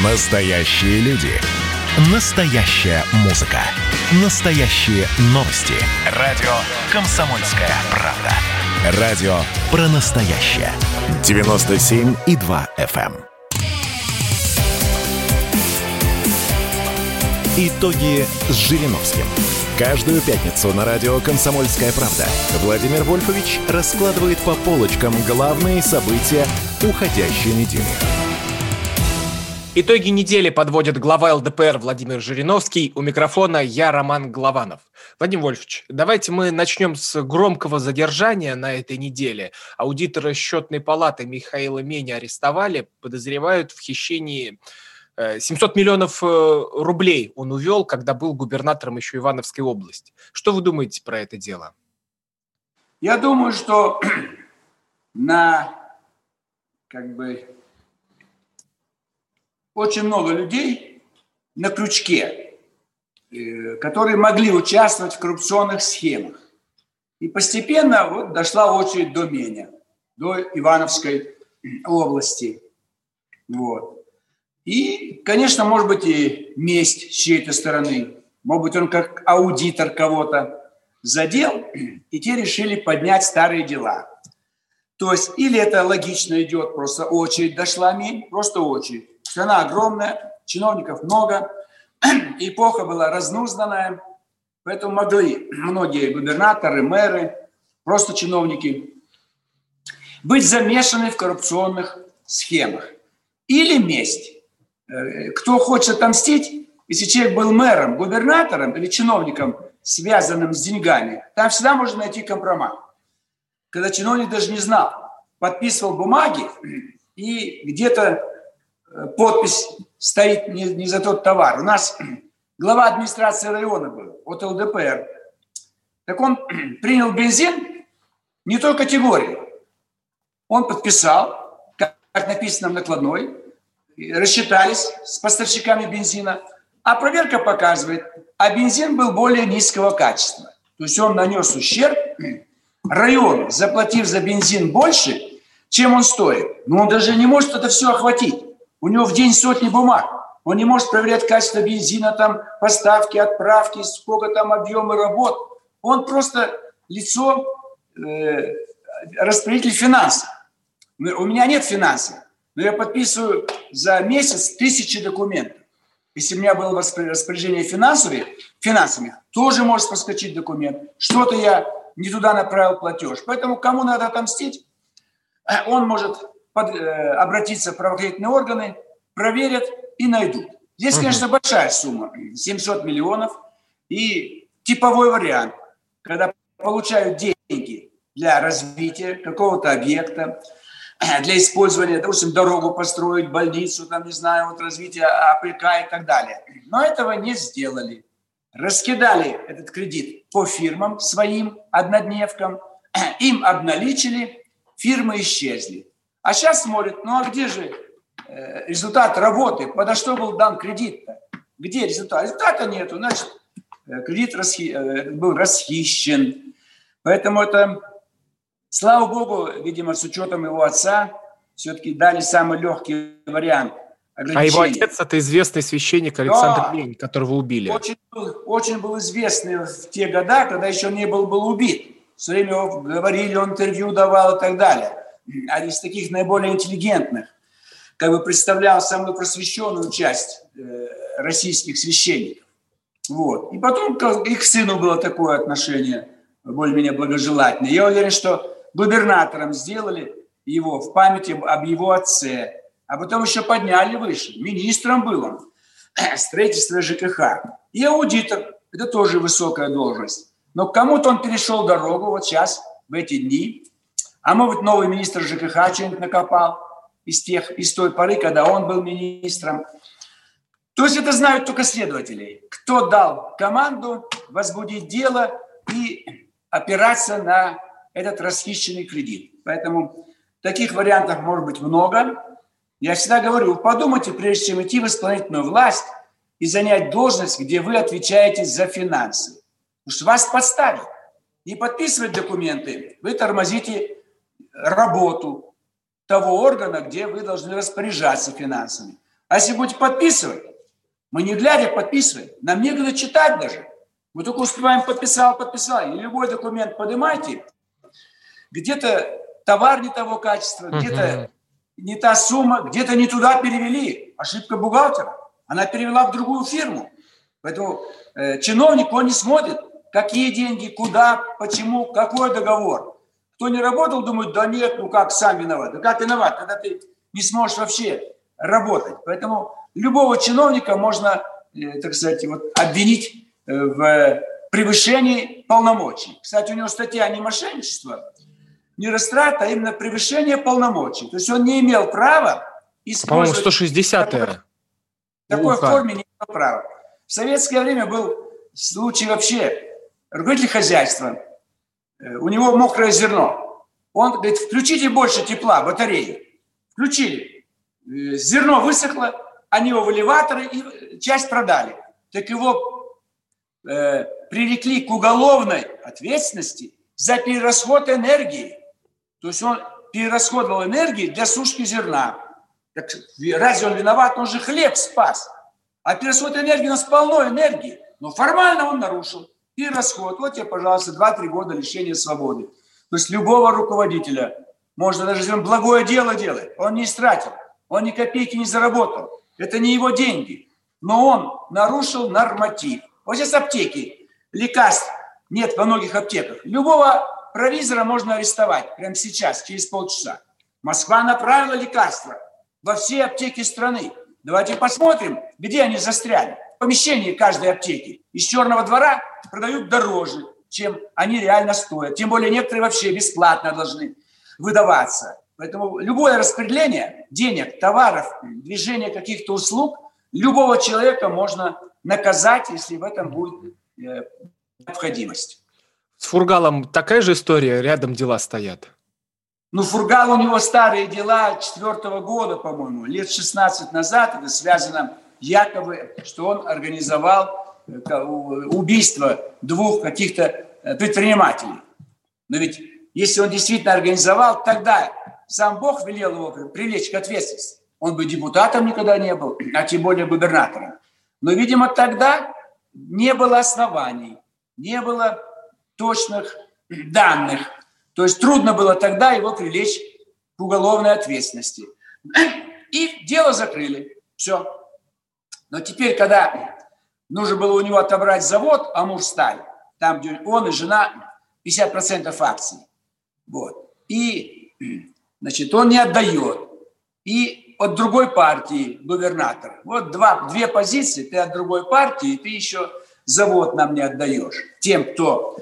Настоящие люди. Настоящая музыка. Настоящие новости. Радио «Комсомольская правда». Радио про настоящее. 97,2 FM. Итоги с Жириновским. Каждую пятницу на радио «Комсомольская правда» Владимир Вольфович раскладывает по полочкам главные события уходящей недели. Итоги недели подводит глава ЛДПР Владимир Жириновский. У микрофона я, Роман Голованов. Владимир Вольфович, давайте мы начнем с громкого задержания на этой неделе. Аудитора счетной палаты Михаила Меня арестовали, подозревают в хищении 700 миллионов рублей он увел, когда был губернатором еще Ивановской области. Что вы думаете про это дело? Я думаю, что очень много людей на крючке, которые могли участвовать в коррупционных схемах. И постепенно дошла очередь до Меня, до Ивановской области. И, конечно, может быть и месть с чьей-то стороны. Может быть, он как аудитор кого-то задел, и те решили поднять старые дела. То есть или это логично идет, просто очередь дошла, просто очередь. Страна огромная, чиновников много, эпоха была разнузданная, поэтому могли многие губернаторы, мэры, просто чиновники быть замешаны в коррупционных схемах. Или месть. Кто хочет отомстить, если человек был мэром, губернатором или чиновником, связанным с деньгами, там всегда можно найти компромат. Когда чиновник даже не знал, подписывал бумаги, и где-то подпись стоит не за тот товар. У нас глава администрации района был от ЛДПР. Так он принял бензин не той категории. Он подписал, как написано в накладной, рассчитались с поставщиками бензина, а проверка показывает, а бензин был более низкого качества. То есть он нанес ущерб району, заплатив за бензин больше, чем он стоит. Но он даже не может это все охватить. У него в день сотни бумаг. Он не может проверять качество бензина, там, поставки, отправки, сколько там объемы работ. Он просто лицо, распределитель финансов. У меня нет финансов, но я подписываю за месяц 1000 документов. Если у меня было распоряжение финансами, тоже может проскочить документ. Что-то я не туда направил платеж. Поэтому кому надо отомстить, он может обратиться в правоохранительные органы, проверят и найдут. Здесь, конечно, большая сумма, 700 миллионов. И типовой вариант, когда получают деньги для развития какого-то объекта, для использования, допустим, дорогу построить, больницу, там, не знаю, развитие АПК и так далее. Но этого не сделали. Раскидали этот кредит по фирмам своим, однодневкам, им обналичили, фирмы исчезли. А сейчас смотрят, а где же результат работы? Подо что был дан кредит-то? Где результат? Результата нету, значит, кредит был расхищен. Поэтому это, слава богу, видимо, с учетом его отца, все-таки дали самый легкий вариант. А его отец – это известный священник Александр Лень, которого убили. Очень был известный в те годы, когда еще не был убит. Все время его говорили, он интервью давал и так далее. Один из таких наиболее интеллигентных, представлял самую просвещенную часть российских священников. И потом их к сыну было такое отношение более-менее благожелательное. Я уверен, что губернатором сделали его в памяти об его отце, а потом еще подняли выше. Министром был он, строительство ЖКХ. И аудитор, это тоже высокая должность. Но к кому-то он перешел дорогу сейчас, в эти дни. А может, новый министр ЖКХ что-нибудь накопал из той поры, когда он был министром. То есть это знают только следователи. Кто дал команду возбудить дело и опираться на этот расхищенный кредит. Поэтому таких вариантов может быть много. Я всегда говорю, подумайте, прежде чем идти в исполнительную власть и занять должность, где вы отвечаете за финансы. Потому что вас подставят. Не подписывать документы, вы тормозите работу того органа, где вы должны распоряжаться финансами. А если будете подписывать, мы не глядя подписываем, нам некогда читать даже. Мы только успеваем подписал. И любой документ поднимайте, где-то товар не того качества, где-то не та сумма, где-то не туда перевели. Ошибка бухгалтера. Она перевела в другую фирму. Поэтому чиновник, он не смотрит, какие деньги, куда, почему, какой договор. Кто не работал, думает, да нет, ну как, сам виноват. Да как виноват, когда ты не сможешь вообще работать. Поэтому любого чиновника можно, так сказать, вот, обвинить в превышении полномочий. Кстати, у него статья не мошенничество, не растрата, а именно превышение полномочий. То есть он не имел права использовать... По-моему, 160-е. В такой форме не имел права. В советское время был случай вообще. Руководитель хозяйства, у него мокрое зерно. Он говорит, включите больше тепла, батареи. Включили. Зерно высохло, они его в элеваторы и часть продали. Так его привлекли к уголовной ответственности за перерасход энергии. То есть он перерасходовал энергии для сушки зерна. Так разве он виноват? Он же хлеб спас. А перерасход энергии, у нас полно энергии. Но формально он нарушил перерасход. Вот тебе, пожалуйста, 2-3 года лишения свободы. То есть любого руководителя, можно даже, если он благое дело делает, он не истратил, он ни копейки не заработал. Это не его деньги. Но он нарушил норматив. Вот сейчас аптеки, лекарств нет во многих аптеках. Любого провизора можно арестовать прямо сейчас, через полчаса. Москва направила лекарства во все аптеки страны. Давайте посмотрим, где они застряли. В помещении каждой аптеки из Черного двора продают дороже, чем они реально стоят. Тем более некоторые вообще бесплатно должны выдаваться. Поэтому любое распределение денег, товаров, движение каких-то услуг любого человека можно наказать, если в этом будет необходимость. С Фургалом такая же история, рядом дела стоят. Ну, Фургал, у него старые дела 4-го года, по-моему, лет 16 назад. Это связано якобы, что он организовал убийство 2 каких-то предпринимателей. Но ведь если он действительно организовал, тогда сам Бог велел его привлечь к ответственности. Он бы депутатом никогда не был, а тем более губернатором. Но, видимо, тогда не было оснований, не было точных данных. То есть трудно было тогда его привлечь к уголовной ответственности. И дело закрыли. Все. Но теперь, когда нужно было у него отобрать завод «Амурсталь», там, где он и жена 50% акций. Вот. И, значит, он не отдает. И от другой партии губернатор. Вот две позиции, ты от другой партии, ты еще завод нам не отдаешь. Тем, кто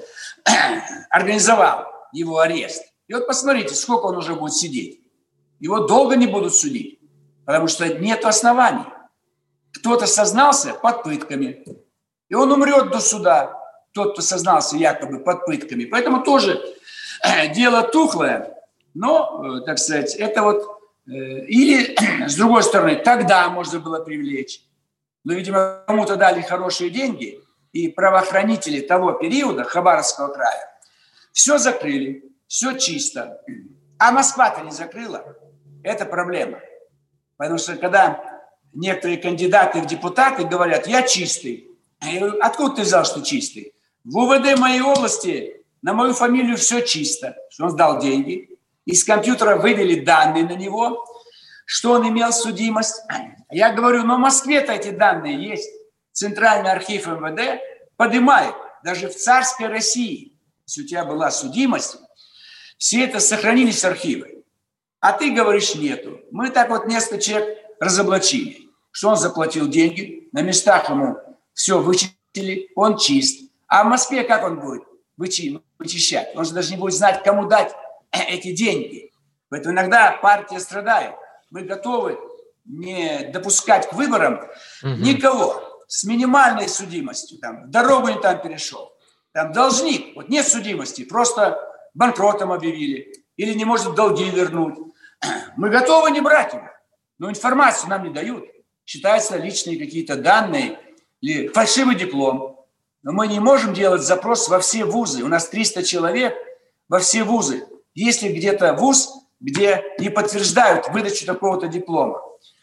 организовал его арест. И вот посмотрите, сколько он уже будет сидеть. Его долго не будут судить, потому что нет оснований. Кто-то сознался под пытками, и он умрет до суда, тот, кто сознался якобы под пытками. Поэтому тоже дело тухлое, но, так сказать, это вот... Или, с другой стороны, тогда можно было привлечь. Но, видимо, кому-то дали хорошие деньги, и правоохранители того периода, Хабаровского края, все закрыли, все чисто. А Москва-то не закрыла. Это проблема. Потому что когда некоторые кандидаты в депутаты говорят, я чистый. Я говорю, откуда ты взял, что чистый? В УВД моей области на мою фамилию все чисто. Что он сдал деньги. Из компьютера вывели данные на него, что он имел судимость. Я говорю, но в Москве-то эти данные есть. Центральный архив МВД поднимает. Даже в царской России, если у тебя была судимость, все это сохранились архивы. А ты говоришь, нету. Мы так вот несколько человек разоблачили, что он заплатил деньги, на местах ему все вычистили, он чист. А в Москве как он будет вычищать? Он же даже не будет знать, кому дать эти деньги. Поэтому иногда партия страдает. Мы готовы не допускать к выборам никого с минимальной судимостью. Там, дорогу не там перешел. Там должник. Вот нет судимости. Просто банкротом объявили. Или не может долги вернуть. Мы готовы не брать его. Но информацию нам не дают. Считаются личные какие-то данные или фальшивый диплом. Но мы не можем делать запрос во все вузы. У нас 300 человек во все вузы. Если где-то вуз, где не подтверждают выдачу такого-то диплома.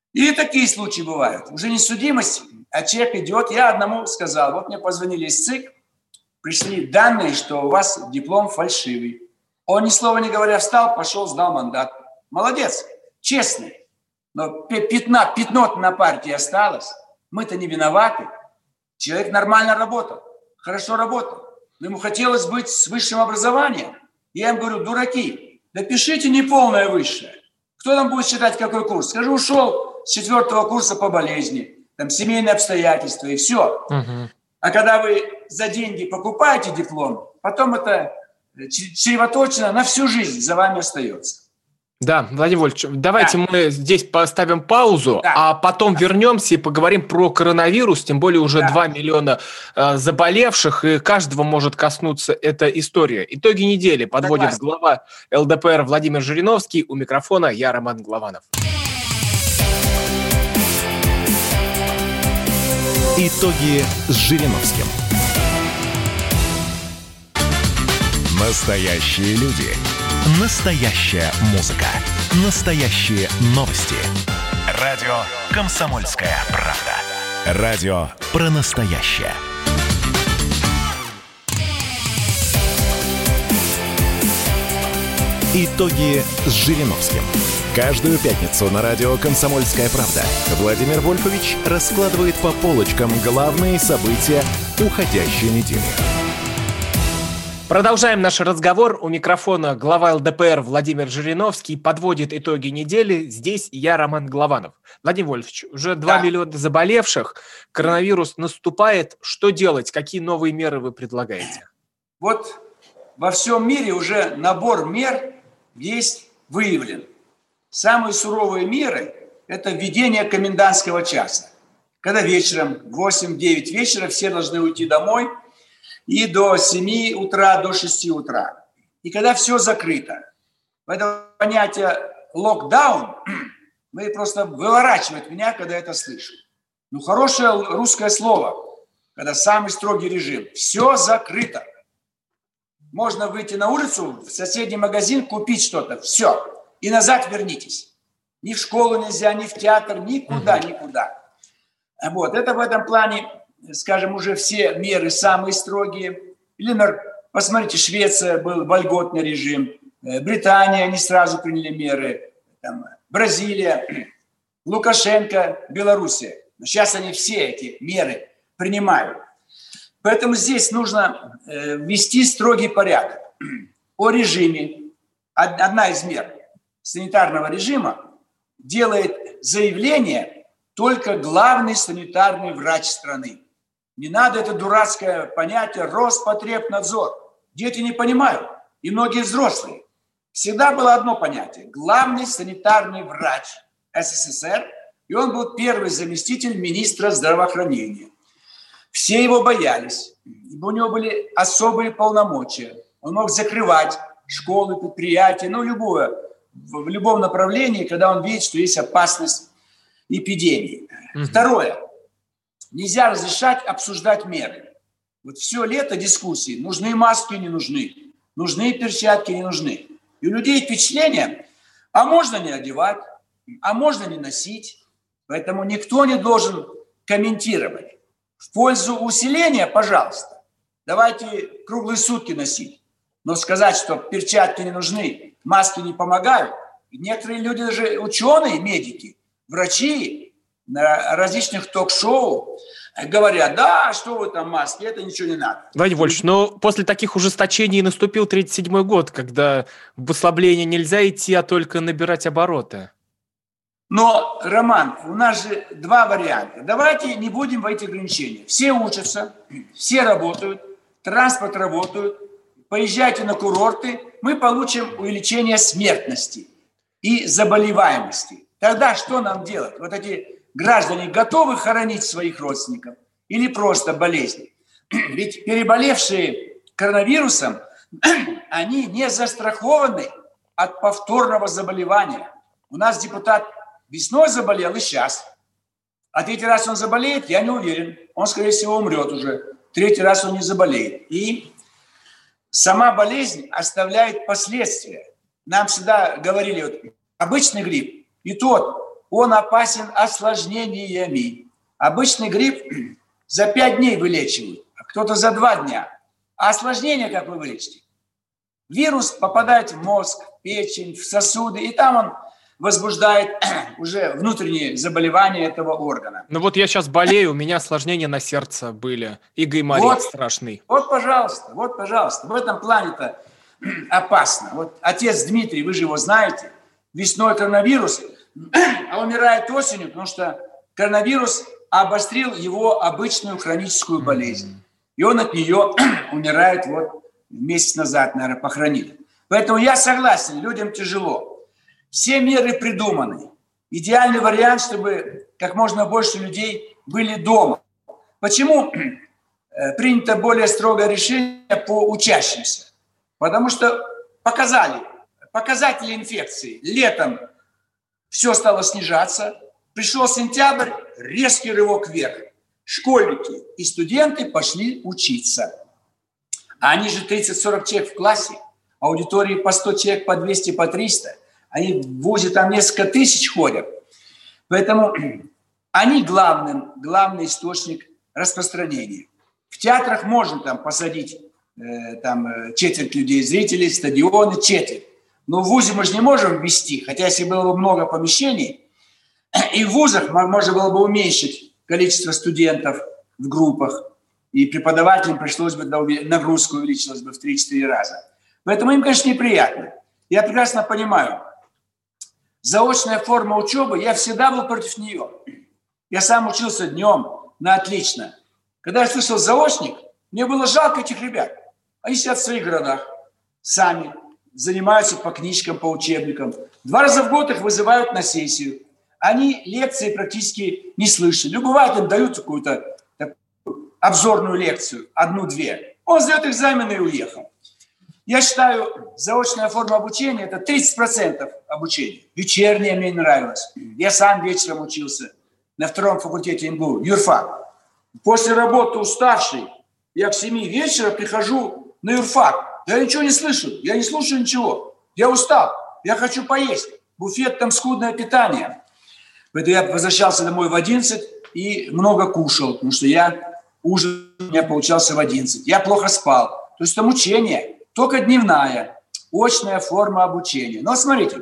И такие случаи бывают. Уже не судимость, а человек идет. Я одному сказал, вот мне позвонили из ЦИК, пришли данные, что у вас диплом фальшивый. Он ни слова не говоря встал, пошел, сдал мандат. Молодец, честный. Но пятно на партии осталось. Мы-то не виноваты. Человек нормально работал, хорошо работал. Но ему хотелось быть с высшим образованием. Я им говорю, дураки, напишите неполное высшее. Кто там будет считать, какой курс? Скажу, ушел с 4 курса по болезни, там семейные обстоятельства и все. А когда вы за деньги покупаете диплом, потом это чревоточина на всю жизнь за вами остается. Да, Владимир Вольфович, давайте мы здесь поставим паузу, а потом вернемся и поговорим про коронавирус, тем более уже 2 миллиона заболевших, и каждого может коснуться эта история. Итоги недели подводит глава ЛДПР Владимир Жириновский. У микрофона я, Роман Голованов. Итоги с Жириновским. Настоящие люди. Настоящая музыка. Настоящие новости. Радио «Комсомольская правда». Радио про настоящее. Итоги с Жириновским. Каждую пятницу на радио «Комсомольская правда» Владимир Вольфович раскладывает по полочкам главные события уходящей недели. Продолжаем наш разговор. У микрофона глава ЛДПР Владимир Жириновский подводит итоги недели. Здесь я, Роман Голованов. Владимир Вольфович, уже 2 миллиона заболевших, коронавирус наступает. Что делать? Какие новые меры вы предлагаете? Вот во всем мире уже набор мер есть выявлен. Самые суровые меры – это введение комендантского часа. Когда вечером, в 8-9 вечера все должны уйти домой, и до 7 утра, до 6 утра. И когда все закрыто, это понятие локдаун, вы просто выворачивает меня, когда это слышу. Ну, хорошее русское слово, когда самый строгий режим. Все закрыто. Можно выйти на улицу, в соседний магазин, купить что-то. Все. И назад вернитесь. Ни в школу нельзя, ни в театр, никуда. Вот. Это в этом плане, скажем, уже все меры самые строгие. Или, например, посмотрите, Швеция был вольготный режим, Британия не сразу приняли меры, там, Бразилия, Лукашенко, Белоруссия. Но сейчас они все эти меры принимают. Поэтому здесь нужно ввести строгий порядок. О режиме, одна из мер санитарного режима, делает заявление только главный санитарный врач страны. Не надо это дурацкое понятие Роспотребнадзор. Дети не понимают, и многие взрослые. Всегда было одно понятие. Главный санитарный врач СССР, и он был первый заместитель министра здравоохранения. Все его боялись, ибо у него были особые полномочия. Он мог закрывать школы, предприятия, в любом направлении, когда он видит, что есть опасность эпидемии. Второе. Нельзя разрешать обсуждать меры. Вот все лето дискуссии. Нужны маски, не нужны. Нужны перчатки, не нужны. И у людей впечатление, а можно не одевать, а можно не носить. Поэтому никто не должен комментировать. В пользу усиления, пожалуйста, давайте круглые сутки носить. Но сказать, что перчатки не нужны, маски не помогают. Некоторые люди, даже ученые, медики, врачи, на различных ток-шоу говорят, да, что вы там, маски, это ничего не надо. Владимир Вольфович, но после таких ужесточений наступил 1937 год, когда в ослабление нельзя идти, а только набирать обороты. Но, Роман, у нас же два варианта. Давайте не будем в эти ограничения. Все учатся, все работают, транспорт работает, поезжайте на курорты, мы получим увеличение смертности и заболеваемости. Тогда что нам делать? Вот эти граждане готовы хоронить своих родственников или просто болезни? Ведь переболевшие коронавирусом, они не застрахованы от повторного заболевания. У нас депутат весной заболел и сейчас. А третий раз он заболеет, я не уверен. Он, скорее всего, умрет уже. Третий раз он не заболеет. И сама болезнь оставляет последствия. Нам всегда говорили, вот, обычный грипп, и тот он опасен осложнениями. Обычный грипп за 5 дней вылечивают, а кто-то за 2 дня. А осложнения как вы вылечите? Вирус попадает в мозг, в печень, в сосуды, и там он возбуждает уже внутренние заболевания этого органа. Ну вот я сейчас болею, у меня осложнения на сердце были, и гайморит страшный. Вот, пожалуйста, в этом плане-то опасно. Вот отец Дмитрий, вы же его знаете, весной коронавирус, а умирает осенью, потому что коронавирус обострил его обычную хроническую болезнь. И он от нее умирает вот месяц назад, наверное, похоронили. Поэтому я согласен, людям тяжело. Все меры придуманы. Идеальный вариант, чтобы как можно больше людей были дома. Почему принято более строгое решение по учащимся? Потому что показатели инфекции. Летом все стало снижаться. Пришел сентябрь, резкий рывок вверх. Школьники и студенты пошли учиться. А они же 30-40 человек в классе, аудитории по 100 человек, по 200, по 300. Они в ВУЗе там несколько тысяч ходят. Поэтому они главный источник распространения. В театрах можно там посадить четверть людей, зрителей, стадионы, четверть. Но в ВУЗе мы же не можем ввести, хотя если было бы много помещений, и в ВУЗах можно было бы уменьшить количество студентов в группах, и преподавателям пришлось бы, нагрузка увеличилась бы в 3-4 раза. Поэтому им, конечно, неприятно. Я прекрасно понимаю, заочная форма учебы, я всегда был против нее. Я сам учился днем на отлично. Когда я слышал заочник, мне было жалко этих ребят. Они сидят в своих городах, сами занимаются по книжкам, по учебникам. 2 раза в год их вызывают на сессию. Они лекции практически не слышали. Ну, бывает, им дают какую-то обзорную лекцию, 1-2. Он сдает экзамены и уехал. Я считаю, заочная форма обучения – это 30% обучения. Вечернее мне нравилось. Я сам вечером учился на 2-м факультете МГУ, юрфак. После работы уставший, я к 7 вечера прихожу на юрфак. Я ничего не слышу, я не слушаю ничего. Я устал, я хочу поесть. Буфет, там скудное питание. Поэтому я возвращался домой в 11 и много кушал, потому что ужин у меня получался в 11. Я плохо спал. То есть там учение, только дневная, очная форма обучения. Но смотрите,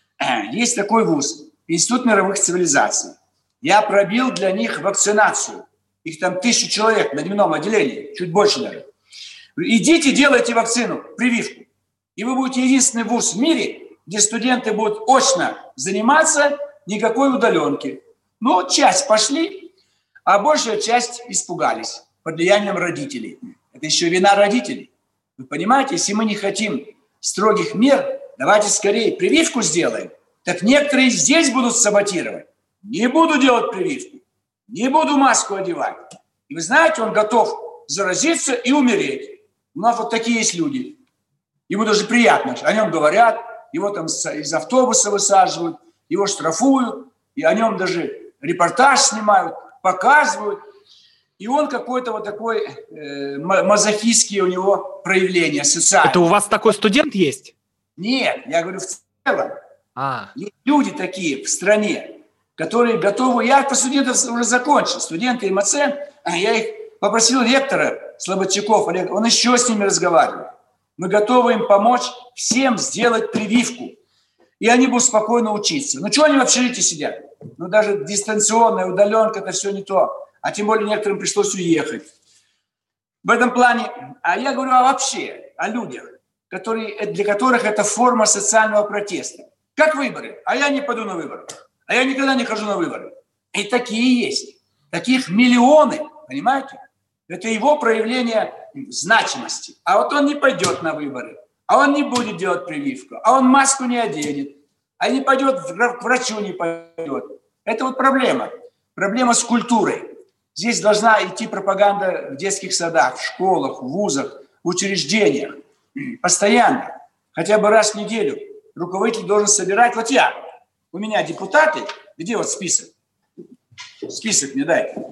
есть такой вуз, Институт мировых цивилизаций. Я пробил для них вакцинацию. Их там 1000 человек на дневном отделении, чуть больше даже. Идите, делайте вакцину, прививку. И вы будете единственный вуз в мире, где студенты будут очно заниматься, никакой удаленки. Ну, часть пошли, а большая часть испугались под влиянием родителей. Это еще вина родителей. Вы понимаете, если мы не хотим строгих мер, давайте скорее прививку сделаем. Так некоторые здесь будут саботировать. Не буду делать прививку, не буду маску одевать. И вы знаете, он готов заразиться и умереть. У нас вот такие есть люди. Ему даже приятно, о нем говорят, его там из автобуса высаживают, его штрафуют, и о нем даже репортаж снимают, показывают. И он какой-то вот такой мазохистский у него проявление социальное. Это у вас такой студент есть? Нет, я говорю в целом. Есть люди такие в стране, которые готовы... Я по студентов уже закончил, студенты МАЦ, я их попросил ректора Слободчаков, он еще с ними разговаривает. Мы готовы им помочь всем сделать прививку. И они будут спокойно учиться. Ну, что они в общежитии сидят? Ну, даже дистанционная удаленка – это все не то. А тем более некоторым пришлось уехать. В этом плане, а я говорю вообще о людях, для которых это форма социального протеста. Как выборы? А я не пойду на выборы. А я никогда не хожу на выборы. И такие есть. Таких миллионы, понимаете? Это его проявление значимости. А вот он не пойдет на выборы. А он не будет делать прививку. А он маску не оденет. А не пойдет, к врачу не пойдет. Это вот проблема. Проблема с культурой. Здесь должна идти пропаганда в детских садах, в школах, в вузах, в учреждениях. Постоянно. Хотя бы раз в неделю. Руководитель должен собирать. Вот у меня депутаты. Где вот список? Список мне дайте.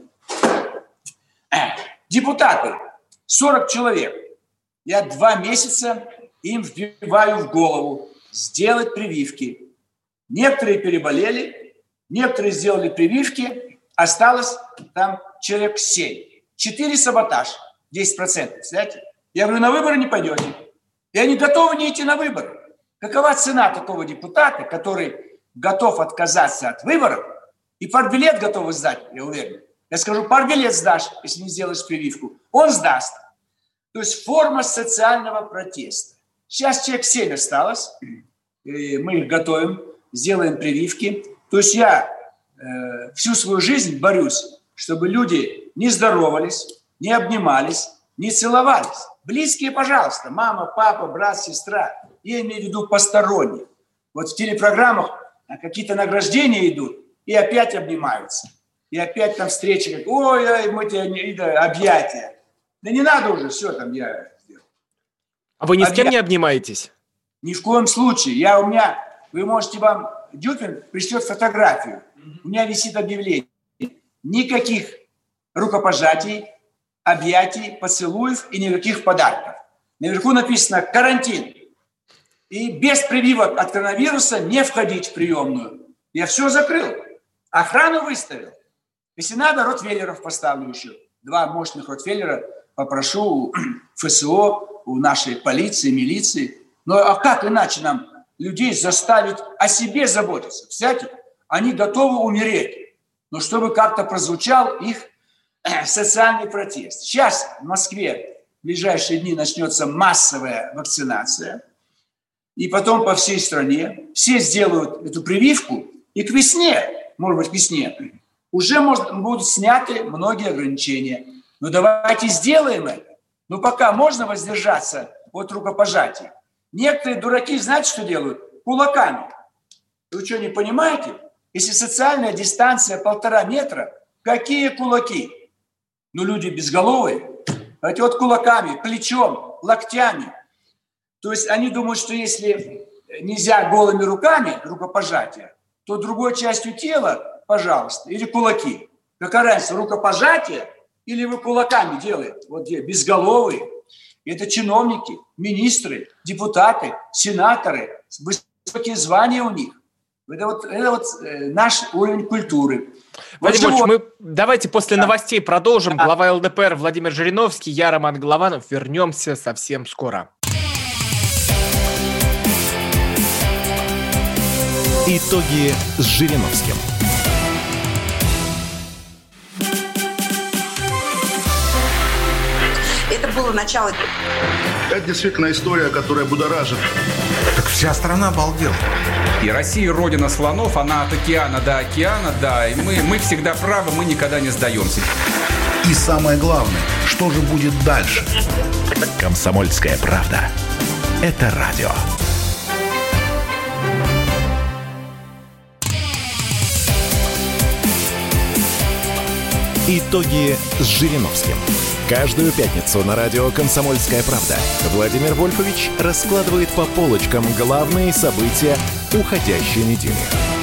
Депутаты. 40 человек. Я 2 месяца им вбиваю в голову сделать прививки. Некоторые переболели, Некоторые сделали прививки, осталось там человек 7. 4 саботаж, 10%, представляете? Я говорю, на выборы не пойдете. И они готовы не идти на выборы. Какова цена такого депутата, который готов отказаться от выборов и партбилет готов сдать, я уверен. Я скажу, партбилет сдашь, если не сделаешь прививку. Он сдаст. То есть форма социального протеста. Сейчас человек 7 осталось. Мы их готовим, сделаем прививки. То есть я всю свою жизнь борюсь, чтобы люди не здоровались, не обнимались, не целовались. Близкие, пожалуйста, мама, папа, брат, сестра. Я имею в виду посторонних. Вот в телепрограммах какие-то награждения идут, и опять обнимаются. И опять там встречи, как, ой, мы тебе объятия. Да не надо уже, все там я сделал. А вы ни с кем не обнимаетесь? Ни в коем случае. Вы можете, вам Дюпин пришлет фотографию. У меня висит объявление. Никаких рукопожатий, объятий, поцелуев и никаких подарков. Наверху написано «карантин». И без прививок от коронавируса не входить в приемную. Я все закрыл. Охрану выставил. Если надо, ротвейлеров поставлю еще. 2 мощных ротвейлера попрошу у ФСО, у нашей полиции, милиции. Ну а как иначе нам людей заставить о себе заботиться? Представляете, они готовы умереть. Но чтобы как-то прозвучал их социальный протест. Сейчас в Москве в ближайшие дни начнется массовая вакцинация. И потом по всей стране все сделают эту прививку. И к весне, может быть, к весне, уже будут сняты многие ограничения. Но давайте сделаем это. Но пока можно воздержаться от рукопожатия. Некоторые дураки, знаете, что делают? Кулаками. Вы что, не понимаете? Если социальная дистанция 1,5 метра, какие кулаки? Ну, люди безголовые. Давайте вот кулаками, плечом, локтями. То есть они думают, что если нельзя голыми руками рукопожатие, то другой частью тела, пожалуйста, или кулаки. Какая разница, рукопожатие или вы кулаками делаете? Вот где безголовые. Это чиновники, министры, депутаты, сенаторы, высокие звания у них. Это вот наш уровень культуры. Владимир Ильич, давайте после новостей продолжим. Глава ЛДПР Владимир Жириновский, я, Роман Голованов. Вернемся совсем скоро. Итоги с Жириновским. Это было начало. Это действительно история, которая будоражит. Так вся страна обалдела. И Россия родина слонов, она от океана до океана, да. И мы всегда правы, мы никогда не сдаемся. И самое главное, что же будет дальше? «Комсомольская правда». Это радио. Итоги с Жириновским. Каждую пятницу на радио «Комсомольская правда» Владимир Вольфович раскладывает по полочкам главные события уходящей недели.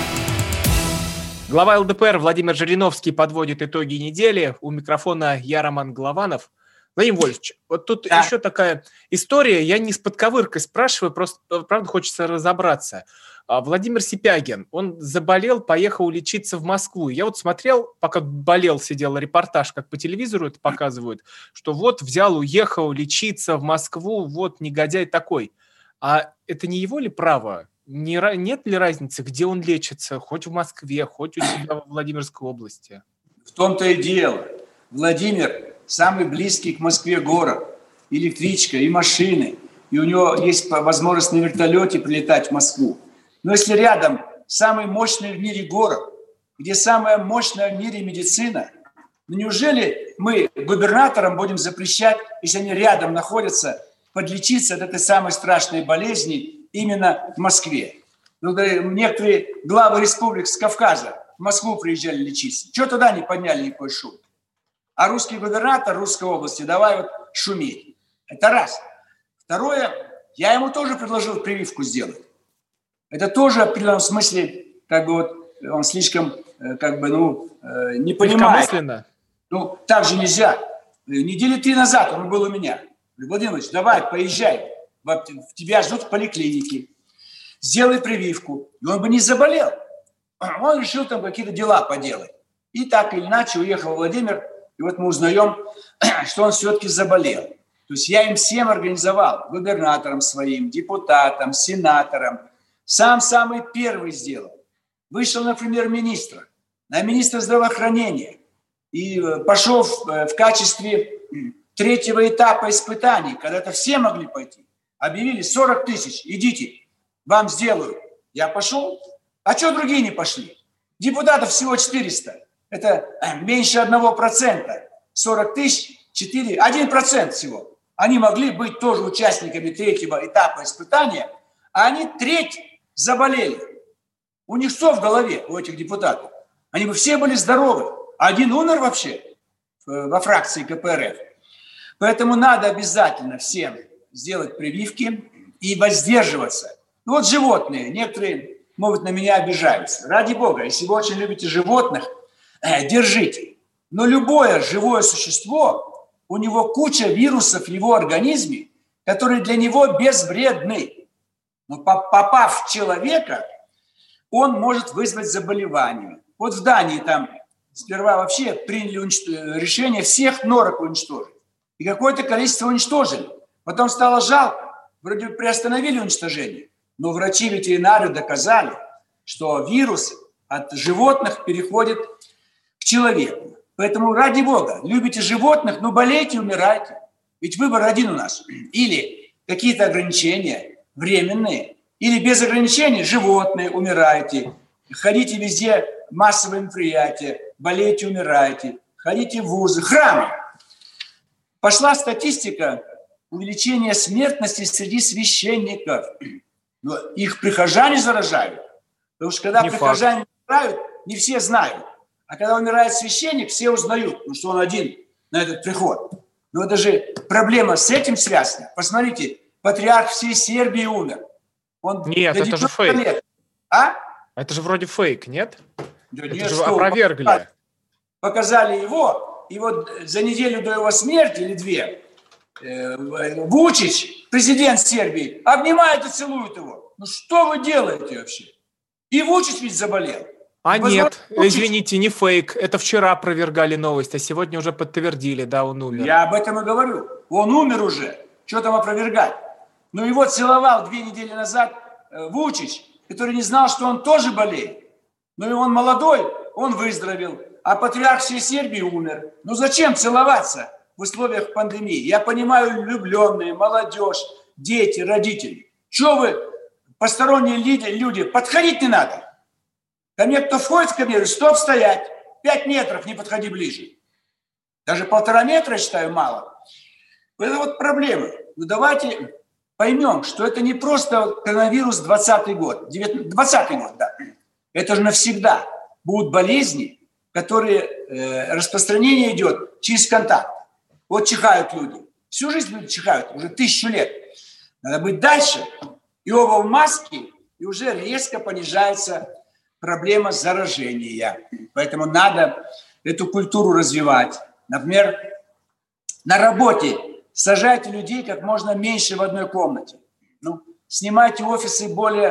Глава ЛДПР Владимир Жириновский подводит итоги недели. У микрофона я, Роман Голованов. Владимир Вольфович, вот тут еще такая история. Я не с подковыркой спрашиваю, просто, правда, хочется разобраться. Владимир Сипягин, он заболел, поехал лечиться в Москву. Я вот смотрел, пока болел, сидел репортаж, как по телевизору это показывают, что вот взял, уехал лечиться в Москву, вот негодяй такой. А это не его ли право? Нет ли разницы, где он лечится, хоть в Москве, хоть у себя во Владимирской области? В том-то и дело. Владимир самый близкий к Москве город. Электричка и машины. И у него есть возможность на вертолете прилетать в Москву. Но если рядом самый мощный в мире город, где самая мощная в мире медицина, ну неужели мы губернаторам будем запрещать, если они рядом находятся, подлечиться от этой самой страшной болезни именно в Москве? Ну, некоторые главы республик с Кавказа в Москву приезжали лечиться. Чего тогда не подняли никакой шум? А русский губернатор русской области давай вот шуметь. Это раз. Второе, я ему тоже предложил прививку сделать. Это тоже в определенном смысле, как бы вот он слишком, как бы, не понимает. Ну, так же нельзя. Недели 3 назад он был у меня. Владимир Ильич, давай, поезжай. Тебя ждут в поликлинике. Сделай прививку. И он бы не заболел. он решил там какие-то дела поделать. И так или иначе уехал Владимир, и вот мы узнаем, что он все-таки заболел. То есть я им всем организовал, губернаторам своим, депутатам, сенаторам. Сам самый первый сделал. Вышел на премьер-министра, на министра здравоохранения и пошел в качестве третьего этапа испытаний, когда-то все могли пойти. Объявили 40 тысяч, идите, вам сделают. Я пошел, а что другие не пошли? Депутатов всего 400, это меньше 1%, 40 тысяч, 1% всего. Они могли быть тоже участниками третьего этапа испытания, а они треть заболели. У них что в голове, у этих депутатов? Они бы все были здоровы. Один умер вообще во фракции КПРФ. Поэтому надо обязательно всем сделать прививки и воздерживаться. Ну вот животные, некоторые могут на меня обижаются. Ради бога, если вы очень любите животных, держите. Но любое живое существо, у него куча вирусов в его организме, которые для него безвредны. Но попав в человека, он может вызвать заболевание. Вот в Дании там сперва вообще приняли решение всех норок уничтожить. И какое-то количество уничтожили. Потом стало жалко. Вроде бы приостановили уничтожение. Но врачи-ветеринары доказали, что вирус от животных переходит к человеку. Поэтому, ради бога, любите животных, но болейте, умирайте. Ведь выбор один у нас. Или какие-то ограничения временные, или без ограничений животные, умирайте. Ходите везде, массовые мероприятия, болейте, умирайте. Ходите в вузы, храмы. Пошла статистика увеличения смертности среди священников. Но их прихожане заражают. Потому что когда прихожане умирают, не все знают. А когда умирает священник, все узнают, что он один на этот приход. Но это же проблема с этим связана. Посмотрите, патриарх всей Сербии умер. Нет, это же фейк. Лет. А? Это же вроде фейк, нет? Да это нет, же опровергли. Показали его, и вот за неделю до его смерти или две Вучич, президент Сербии, обнимает и целует его. Ну что вы делаете вообще? И Вучич ведь заболел. А нет, извините, не фейк. Это вчера опровергали новость, а сегодня уже подтвердили, да, он умер. Я об этом и говорю. Он умер уже. Что там опровергать? Но его целовал 2 недели назад Вучич, который не знал, что он тоже болеет. Но и он молодой, он выздоровел. А патриарх всей Сербии умер. Ну зачем целоваться в условиях пандемии? Я понимаю, влюбленные, молодежь, дети, родители. Чего вы, посторонние люди, подходить не надо. Ко мне кто входит ко мне, стоп, стоять. 5 метров, не подходи ближе. Даже 1,5 метра, я считаю, мало. Это вот проблема. Ну давайте поймем, что это не просто коронавирус 20-й год. 20-й год, да. Это же навсегда. Будут болезни, которые распространение идет через контакт. Вот чихают люди. Всю жизнь люди чихают, уже 1000 лет. Надо быть дальше. И оба в маске, и уже резко понижается проблема заражения. Поэтому надо эту культуру развивать. Например, на работе сажайте людей как можно меньше в одной комнате. Ну, снимайте офисы более,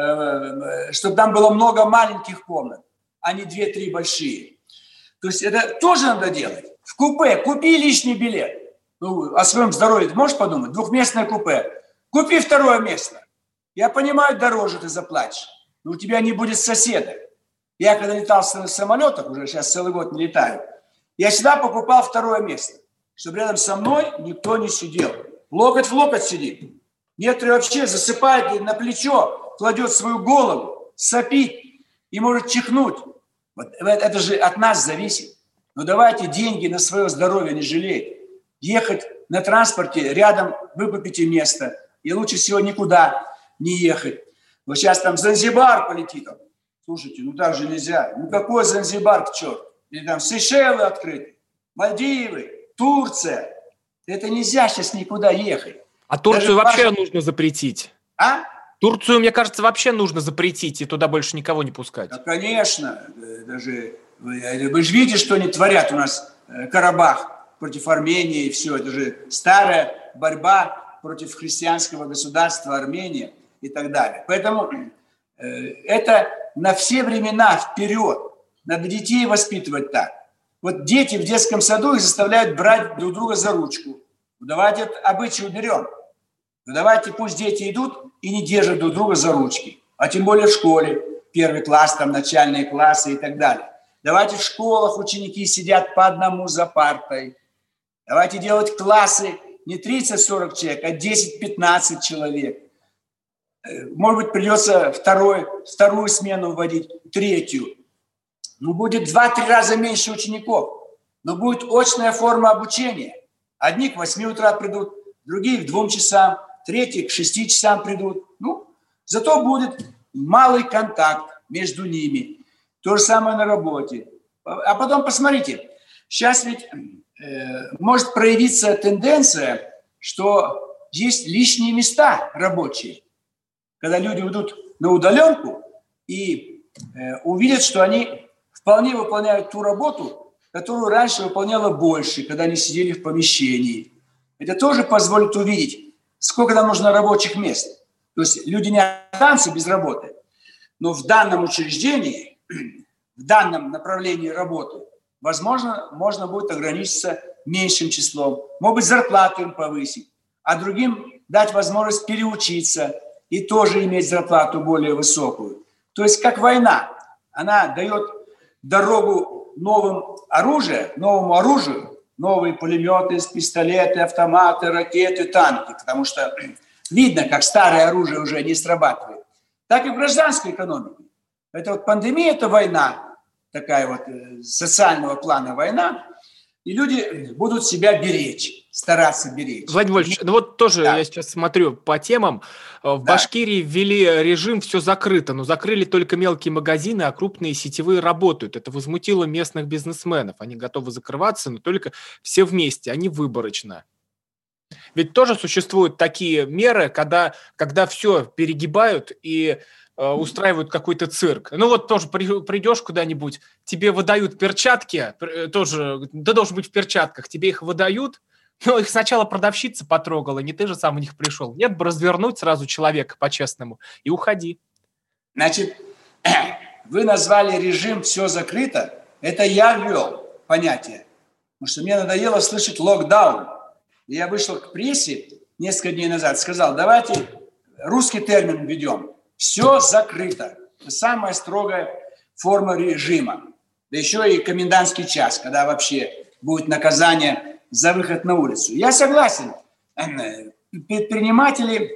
чтобы там было много маленьких комнат, а не 2-3 большие. То есть это тоже надо делать. В купе купи лишний билет. Ну, о своем здоровье ты можешь подумать? 2-местное купе. Купи 2-е место. Я понимаю, дороже ты заплатишь, но у тебя не будет соседа. Я когда летал в самолетах, уже сейчас целый год не летаю, я всегда покупал 2-е место, чтобы рядом со мной никто не сидел. Локоть в локоть сидит. Некоторые вообще засыпают и на плечо, кладет свою голову, сопит и может чихнуть. Вот это же от нас зависит. Но давайте деньги на свое здоровье не жалеть. Ехать на транспорте, рядом вы купите место. И лучше всего никуда не ехать. Вот сейчас там Занзибар полетит. Слушайте, ну так же нельзя. Ну какой Занзибар, к черту? Или там Сейшелы открыты, Мальдивы, Турция. Это нельзя сейчас никуда ехать. А Турцию вообще нужно запретить. А? Турцию, мне кажется, вообще нужно запретить и туда больше никого не пускать. Да, конечно. Даже вы же видите, что они творят у нас Карабах против Армении. И все. Это же старая борьба против христианского государства Армения и так далее. Поэтому это на все времена вперед. Надо детей воспитывать так. Вот дети в детском саду их заставляют брать друг друга за ручку. Давайте этот обычай уберем. Давайте пусть дети идут и не держат друг друга за ручки. А тем более в школе. Первый класс, там начальные классы и так далее. Давайте в школах ученики сидят по одному за партой. Давайте делать классы не 30-40 человек, а 10-15 человек. Может быть, придется вторую смену вводить, третью. Но будет 2-3 раза меньше учеников. Но будет очная форма обучения. Одни к 8 утра придут, другие к 2 часам, третьи к 6 часам придут. Зато будет малый контакт между ними. То же самое на работе. А потом посмотрите, сейчас ведь может проявиться тенденция, что есть лишние места рабочие. Когда люди уйдут на удаленку и увидят, что они вполне выполняют ту работу, которую раньше выполняла больше, когда они сидели в помещении. Это тоже позволит увидеть, сколько нам нужно рабочих мест. То есть люди не останутся без работы, но в данном учреждении, в данном направлении работы, возможно, можно будет ограничиться меньшим числом. Может быть, зарплату им повысить, а другим дать возможность переучиться и тоже иметь зарплату более высокую. То есть как война, она дает дорогу новому оружию, новые пулеметы, пистолеты, автоматы, ракеты, танки, потому что видно, как старое оружие уже не срабатывает. Так и в гражданской экономике. Это вот пандемия – это война, такая вот социального плана война, и люди будут себя беречь, стараться беречь. Владимир Владимирович, тоже я сейчас смотрю по темам. В Башкирии ввели режим «все закрыто», но закрыли только мелкие магазины, а крупные сетевые работают. Это возмутило местных бизнесменов. Они готовы закрываться, но только все вместе, а не выборочно. Ведь тоже существуют такие меры, когда все перегибают и устраивают какой-то цирк. Тоже придешь куда-нибудь, тебе выдают перчатки, тоже ты должен быть в перчатках, тебе их выдают, но их сначала продавщица потрогала, не ты же сам в них пришел. Нет бы развернуть сразу человека по-честному и уходи. Значит, вы назвали режим «все закрыто», это я ввел понятие, потому что мне надоело слышать локдаун. И я вышел к прессе несколько дней назад, сказал, давайте русский термин введем. Все закрыто. Это самая строгая форма режима. Да еще и комендантский час, когда вообще будет наказание за выход на улицу. Я согласен. Предприниматели,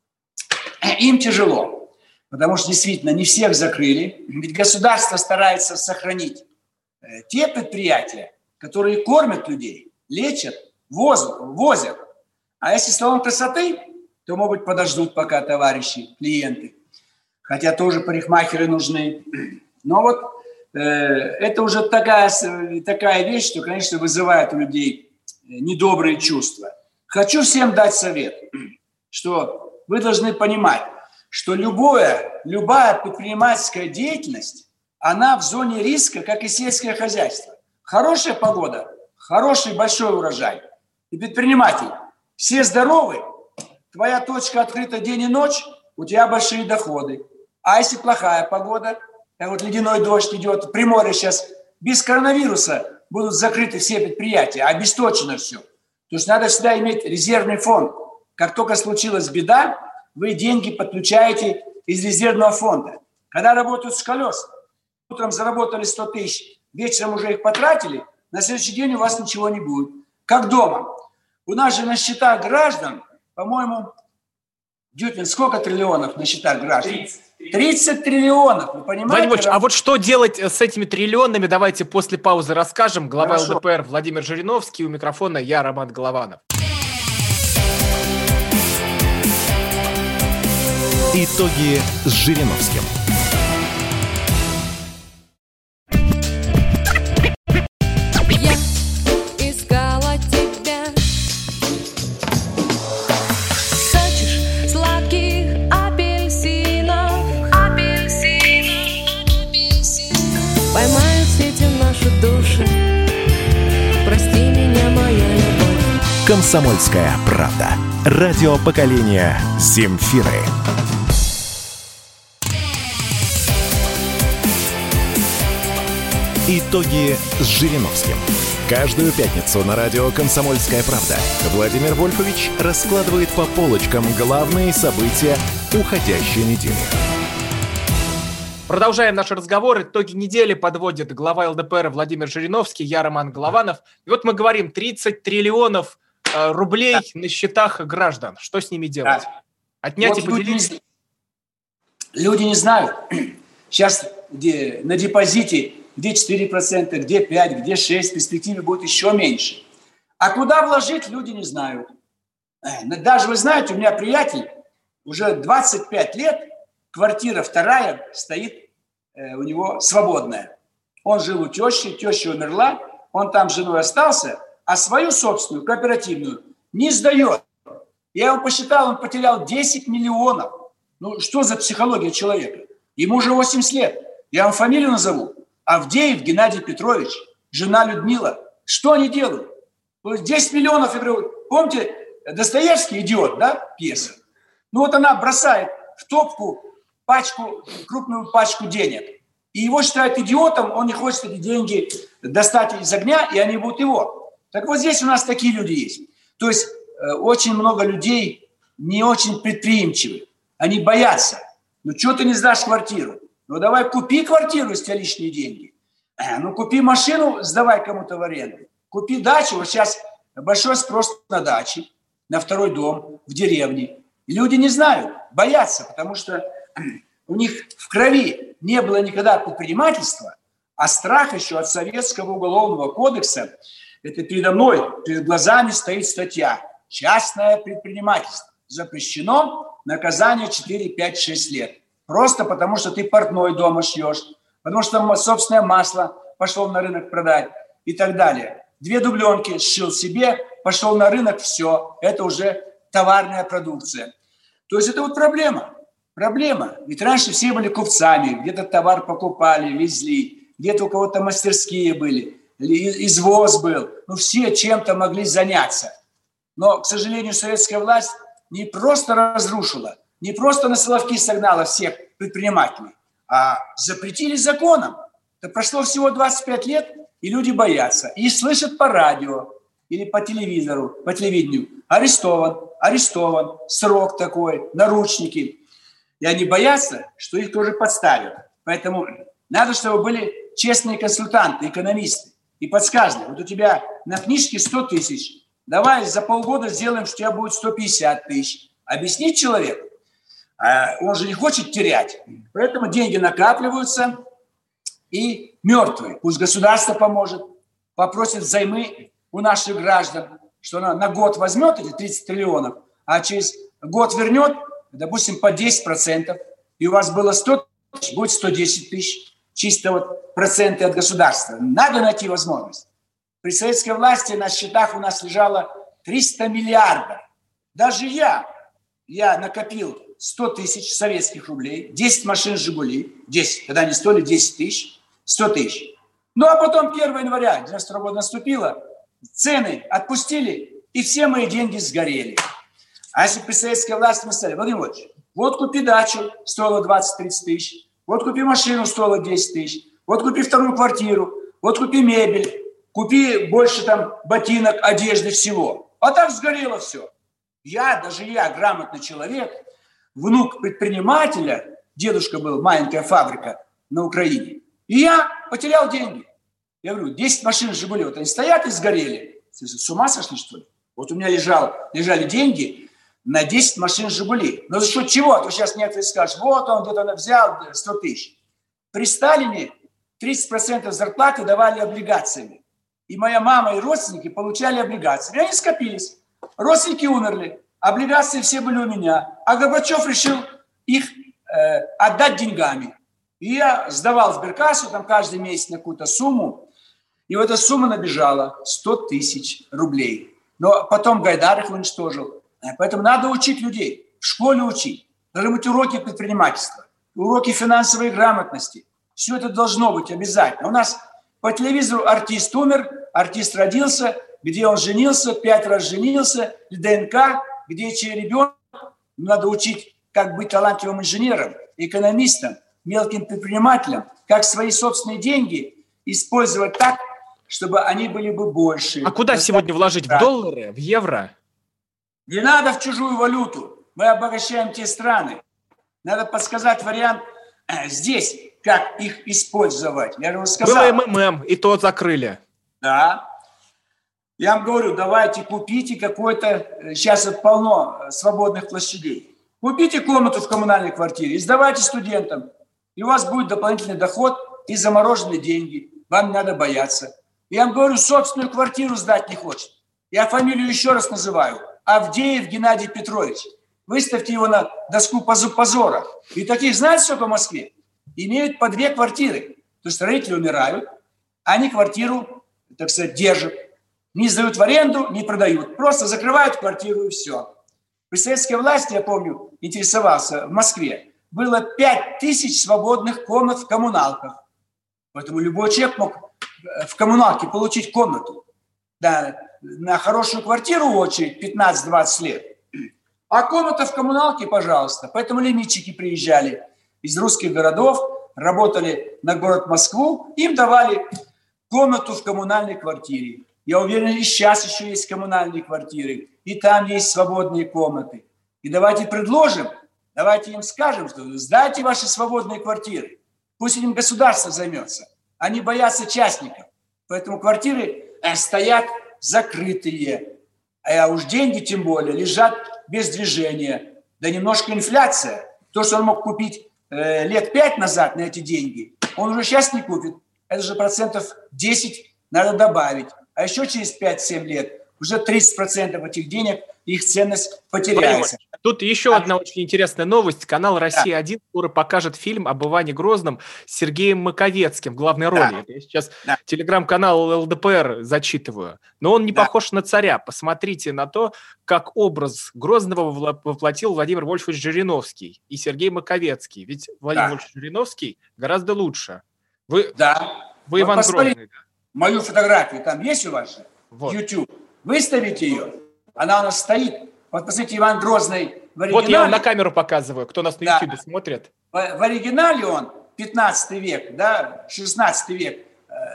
им тяжело. Потому что действительно не всех закрыли. Ведь государство старается сохранить те предприятия, которые кормят людей, лечат, возят. А если салон красоты, то, может быть, подождут пока товарищи, клиенты. Хотя тоже парикмахеры нужны. Но это уже такая вещь, что, конечно, вызывает у людей недобрые чувства. Хочу всем дать совет, что вы должны понимать, что любая предпринимательская деятельность, она в зоне риска, как и сельское хозяйство. Хорошая погода, хороший большой урожай. И предприниматель, все здоровы, твоя точка открыта день и ночь, у тебя большие доходы. А если плохая погода, как ледяной дождь идет, Приморье сейчас без коронавируса будут закрыты все предприятия, обесточено все. То есть надо всегда иметь резервный фонд. Как только случилась беда, вы деньги подключаете из резервного фонда. Когда работают с колес, утром заработали 100 тысяч, вечером уже их потратили, на следующий день у вас ничего не будет. Как дома. У нас же на счетах граждан, по-моему, Дютин, сколько триллионов на счетах граждан? 30 триллионов, вы понимаете? Владимир Владимирович, а вот что делать с этими триллионами, давайте после паузы расскажем. Глава ЛДПР Владимир Жириновский, у микрофона я, Роман Голованов. Итоги с Жириновским. «Комсомольская правда». Радио поколения Земфиры. Итоги с Жириновским. Каждую пятницу на радио «Комсомольская правда» Владимир Вольфович раскладывает по полочкам главные события уходящей недели. Продолжаем наш разговор. Итоги недели подводит глава ЛДПР Владимир Жириновский, я Роман Голованов. И вот мы говорим, 30 триллионов рублей на счетах граждан. Что с ними делать? Отнять вот и поделить? Люди не знают. Сейчас где на депозите где 4%, где 5%, где 6%, в перспективе будет еще меньше. А куда вложить, люди не знают. Даже, вы знаете, у меня приятель, уже 25 лет, квартира вторая стоит у него свободная. Он жил у тещи, теща умерла, он там с женой остался, а свою собственную, кооперативную, не сдает. Я его посчитал, он потерял 10 миллионов. Ну, что за психология человека? Ему уже 80 лет. Я вам фамилию назову. Авдеев Геннадий Петрович, жена Людмила. Что они делают? 10 миллионов, я говорю, помните, Достоевский «Идиот», да, пьеса? Ну вот она бросает в топку крупную пачку денег. И его считают идиотом, он не хочет эти деньги достать из огня, и они будут его. Так вот здесь у нас такие люди есть. То есть очень много людей не очень предприимчивы. Они боятся. Ну что ты не сдашь квартиру? Ну давай купи квартиру, если у тебя лишние деньги. Ну купи машину, сдавай кому-то в аренду. Купи дачу. Вот сейчас большой спрос на дачи, на второй дом в деревне. И люди не знают, боятся, потому что у них в крови не было никогда предпринимательства, а страх еще от Советского уголовного кодекса. Это передо мной, перед глазами стоит статья «Частное предпринимательство». Запрещено, наказание 4, 5, 6 лет. Просто потому, что ты портной дома шьешь, потому что собственное масло пошел на рынок продать и так далее. 2 дубленки сшил себе, пошел на рынок, все, это уже товарная продукция. То есть это вот проблема. Проблема. Ведь раньше все были купцами, где-то товар покупали, везли, где-то у кого-то мастерские были, извоз был. Ну, все чем-то могли заняться. Но, к сожалению, советская власть не просто разрушила, не просто на Соловки согнала всех предпринимателей, а запретили законом. Это прошло всего 25 лет, и люди боятся. И слышат по радио или по телевизору, по телевидению. Арестован, срок такой, наручники. И они боятся, что их тоже подставят. Поэтому надо, чтобы были честные консультанты, экономисты. И подсказывали, вот у тебя на книжке 100 тысяч, давай за полгода сделаем, что у тебя будет 150 тысяч. Объяснить человеку. Он же не хочет терять. Поэтому деньги накапливаются, и мертвые. Пусть государство поможет, попросит взаймы у наших граждан, что она на год возьмет эти 30 триллионов, а через год вернет, допустим, по 10%, и у вас было 100 тысяч, будет 110 тысяч, чисто вот проценты от государства. Надо найти возможность. При советской власти на счетах у нас лежало 300 миллиардов. Даже я накопил 100 тысяч советских рублей, 10 машин «Жигули», 10, когда они стоили 10 тысяч, 100 тысяч. Ну, а потом 1 января 92 года наступило, цены отпустили, и все мои деньги сгорели. А если при советской власти мы стали, Владимир Владимирович, вот купи дачу, стоило 20-30 тысяч, вот купи машину, стоило 10 тысяч, вот купи вторую квартиру, вот купи мебель, купи больше там ботинок, одежды, всего. А так сгорело все. Даже я, грамотный человек, внук предпринимателя, дедушка был, маленькая фабрика на Украине, и я потерял деньги. Я говорю, 10 машин «Жигули», вот они стоят и сгорели. С ума сошли, что ли? Вот у меня лежали деньги на 10 машин «Жигули». Но за счет чего? А то сейчас некоторые скажут, вот он где-то взял 100 тысяч. При Сталине 30% зарплаты давали облигациями. И моя мама и родственники получали облигации. И они скопились. Родственники умерли. Облигации все были у меня. А Горбачев решил их отдать деньгами. И я сдавал в сберкассу там каждый месяц на какую-то сумму. И вот эта сумма набежала 100 тысяч рублей. Но потом Гайдар их уничтожил. Поэтому надо учить людей. В школе учить. Должны быть уроки предпринимательства. Уроки финансовой грамотности. Все это должно быть обязательно. У нас по телевизору артист умер, артист родился, где он женился, 5 раз женился, ДНК, где чей ребенок. Надо учить, как быть талантливым инженером, экономистом, мелким предпринимателем, как свои собственные деньги использовать так, чтобы они были бы больше. А куда сегодня вложить? В доллары? В евро? Не надо в чужую валюту. Мы обогащаем те страны. Надо подсказать вариант здесь, как их использовать. Я же уже сказал. Было МММ, и то закрыли. Да. Я вам говорю, давайте купите какой-то... Сейчас полно свободных площадей. Купите комнату в коммунальной квартире и сдавайте студентам. И у вас будет дополнительный доход и замороженные деньги. Вам не надо бояться. Я вам говорю, собственную квартиру сдать не хочет. Я фамилию еще раз называю. Авдеев Геннадий Петрович. Выставьте его на доску позора. И таких, знаете, сколько в Москве? Имеют по 2 квартиры. То есть родители умирают, они квартиру, так сказать, держат. Не сдают в аренду, не продают. Просто закрывают квартиру и все. При советской власти, я помню, интересовался, в Москве было 5000 свободных комнат в коммуналках. Поэтому любой человек мог в коммуналке получить комнату. Да, на хорошую квартиру очередь 15-20 лет. А комната в коммуналке, пожалуйста. Поэтому лимитчики приезжали из русских городов, работали на город Москву, им давали комнату в коммунальной квартире. Я уверен, и сейчас еще есть коммунальные квартиры, и там есть свободные комнаты. И давайте предложим, давайте им скажем, что сдайте ваши свободные квартиры. Пусть этим государство займется. Они боятся частников. Поэтому квартиры стоят закрытые. А уж деньги, тем более, лежат без движения. Да немножко инфляция. То, что он мог купить лет 5 назад на эти деньги, он уже сейчас не купит. Это же 10% надо добавить. А еще через 5-7 лет уже 30% этих денег, их ценность потеряется. Тут еще одна очень интересная новость. Канал «Россия-1» скоро покажет фильм об Иване Грозном с Сергеем Маковецким в главной роли. Я сейчас телеграм-канал ЛДПР зачитываю. Но он не похож на царя. Посмотрите на то, как образ Грозного воплотил Владимир Вольфович Жириновский и Сергей Маковецкий. Ведь Владимир Вольфович Жириновский гораздо лучше. Вы Иван Грозный, да? Мою фотографию там есть у вас же? Вот. YouTube. Выставите ее. Она у нас стоит. Вот посмотрите, Иван Грозный в оригинале. Вот я вам на камеру показываю, кто нас на YouTube смотрит. В оригинале он 15 век, да, 16 век,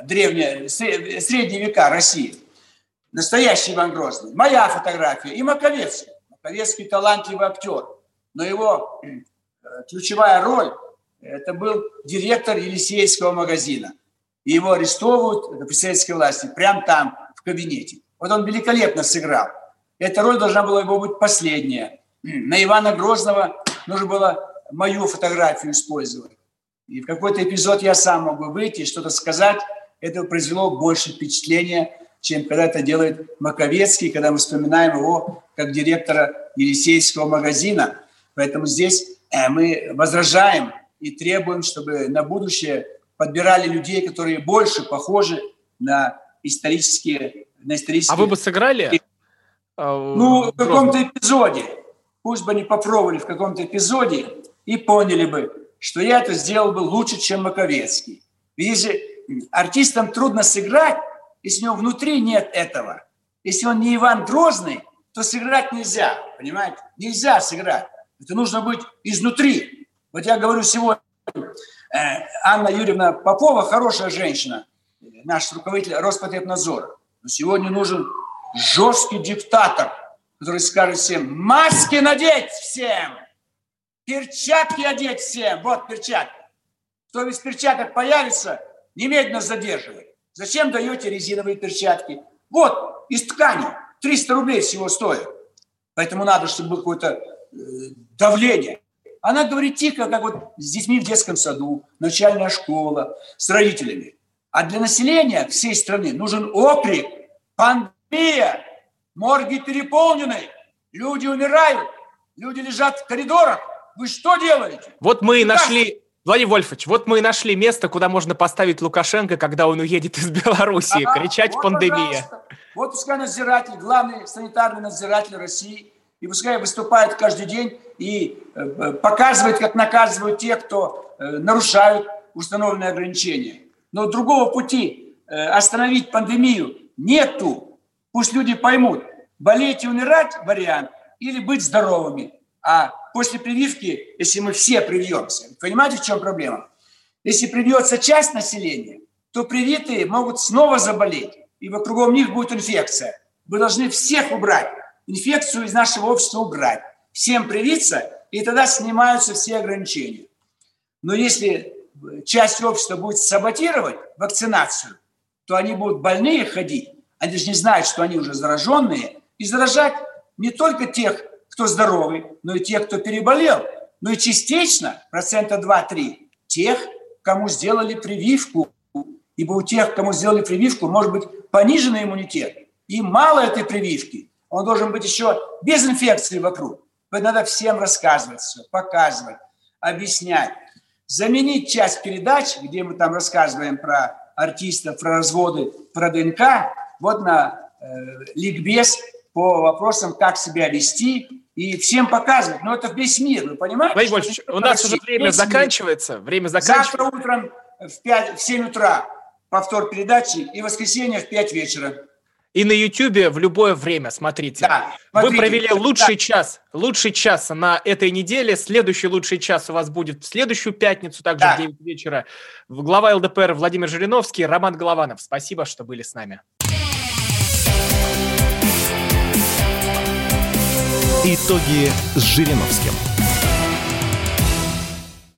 средние века России. Настоящий Иван Грозный. Моя фотография и Маковецкий. Маковецкий талантливый актер. Но его ключевая роль, это был директор Елисеевского магазина. И его арестовывают при советской власти прямо там, в кабинете. Вот он великолепно сыграл. Эта роль должна была его быть последняя. На Ивана Грозного нужно было мою фотографию использовать. И в какой-то эпизод я сам мог бы выйти и что-то сказать. Это произвело больше впечатления, чем когда это делает Маковецкий, когда мы вспоминаем его как директора Елисеевского магазина. Поэтому здесь мы возражаем и требуем, чтобы на будущее подбирали людей, которые больше похожи на исторические... А вы бы сыграли? В каком-то эпизоде. Пусть бы они попробовали в каком-то эпизоде и поняли бы, что я это сделал бы лучше, чем Маковецкий. Видите, артистам трудно сыграть, если у него внутри нет этого. Если он не Иван Грозный, то сыграть нельзя, понимаете? Нельзя сыграть. Это нужно быть изнутри. Вот я говорю сегодня, Анна Юрьевна Попова хорошая женщина, наш руководитель Роспотребнадзора. Но сегодня нужен жесткий диктатор, который скажет всем: маски надеть всем, перчатки одеть всем. Вот перчатки. Кто без перчаток появится, немедленно задерживает. Зачем даете резиновые перчатки? Вот, из ткани. 300 рублей всего стоит. Поэтому надо, чтобы было какое-то давление. Она говорит тихо, как вот с детьми в детском саду, начальная школа, с родителями. А для населения всей страны нужен окрик: пандемия, морги переполнены, люди умирают, люди лежат в коридорах. Вы что делаете? Вот мы и нашли, Владимир Вольфович, вот мы и нашли место, куда можно поставить Лукашенко, когда он уедет из Белоруссии, кричать вот, пандемия. Пожалуйста. Вот пускай надзиратель, главный санитарный надзиратель России, и пускай выступает каждый день и показывает, как наказывают тех, кто нарушают установленные ограничения. Но другого пути остановить пандемию нету. Пусть люди поймут, болеть и умирать вариант или быть здоровыми. А после прививки, если мы все привьемся, понимаете, в чем проблема? Если привьется часть населения, то привитые могут снова заболеть, и кругом них будет инфекция. Мы должны всех убрать, инфекцию из нашего общества убрать, всем привиться, и тогда снимаются все ограничения. Но если часть общества будет саботировать вакцинацию, то они будут больные ходить, они же не знают, что они уже зараженные, и заражать не только тех, кто здоровый, но и тех, кто переболел, но и частично, 2-3%, тех, кому сделали прививку. Ибо у тех, кому сделали прививку, может быть пониженный иммунитет. И мало этой прививки. Он должен быть еще без инфекции вокруг. Надо всем рассказывать все, показывать, объяснять. Заменить часть передач, где мы там рассказываем про артистов, про разводы, про ДНК, вот на ликбез по вопросам, как себя вести, и всем показывать. Но это весь мир, вы понимаете? Владимир Вольфович, у нас уже время заканчивается. Завтра утром в 7 утра повтор передачи, и в воскресенье в 5 вечера. И на Ютьюбе в любое время смотрите. Да, смотрите. Вы провели лучший час на этой неделе. Следующий лучший час у вас будет в следующую пятницу, также в 9 вечера. Глава ЛДПР Владимир Жириновский, Роман Голованов. Спасибо, что были с нами. Итоги с Жириновским.